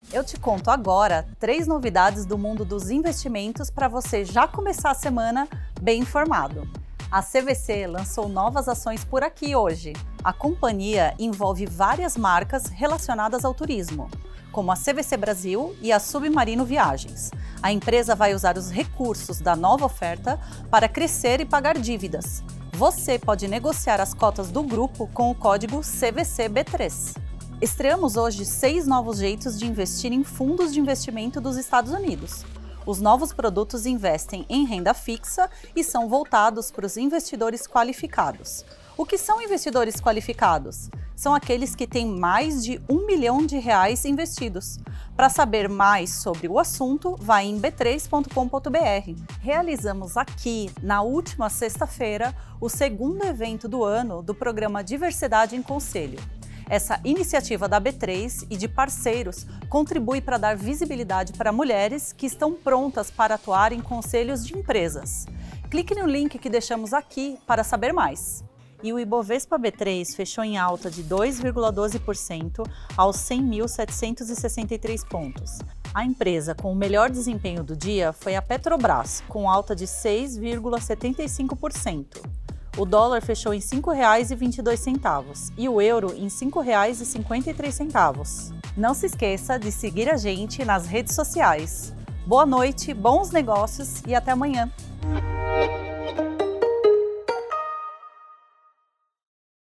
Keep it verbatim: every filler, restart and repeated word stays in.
Eu te conto agora três novidades do mundo dos investimentos para você já começar a semana bem informado. A C V C lançou novas ações por aqui hoje. A companhia envolve várias marcas relacionadas ao turismo, como a C V C Brasil e a Submarino Viagens. A empresa vai usar os recursos da nova oferta para crescer e pagar dívidas. Você pode negociar as cotas do grupo com o código C V C B três. Estreamos hoje seis novos jeitos de investir em fundos de investimento dos Estados Unidos. Os novos produtos investem em renda fixa e são voltados para os investidores qualificados. O que são investidores qualificados? São aqueles que têm mais de um milhão de reais investidos. Para saber mais sobre o assunto, vá em b três ponto com ponto b r. Realizamos aqui, na última sexta-feira, o segundo evento do ano do programa Diversidade em Conselho. Essa iniciativa da B três e de parceiros contribui para dar visibilidade para mulheres que estão prontas para atuar em conselhos de empresas. Clique no link que deixamos aqui para saber mais. E o Ibovespa B três fechou em alta de dois vírgula doze por cento aos cem mil setecentos e sessenta e três pontos. A empresa com o melhor desempenho do dia foi a Petrobras, com alta de seis vírgula setenta e cinco por cento. O dólar fechou em cinco reais e vinte e dois centavos e o euro em cinco reais e cinquenta e três centavos. Não se esqueça de seguir a gente nas redes sociais. Boa noite, bons negócios e até amanhã!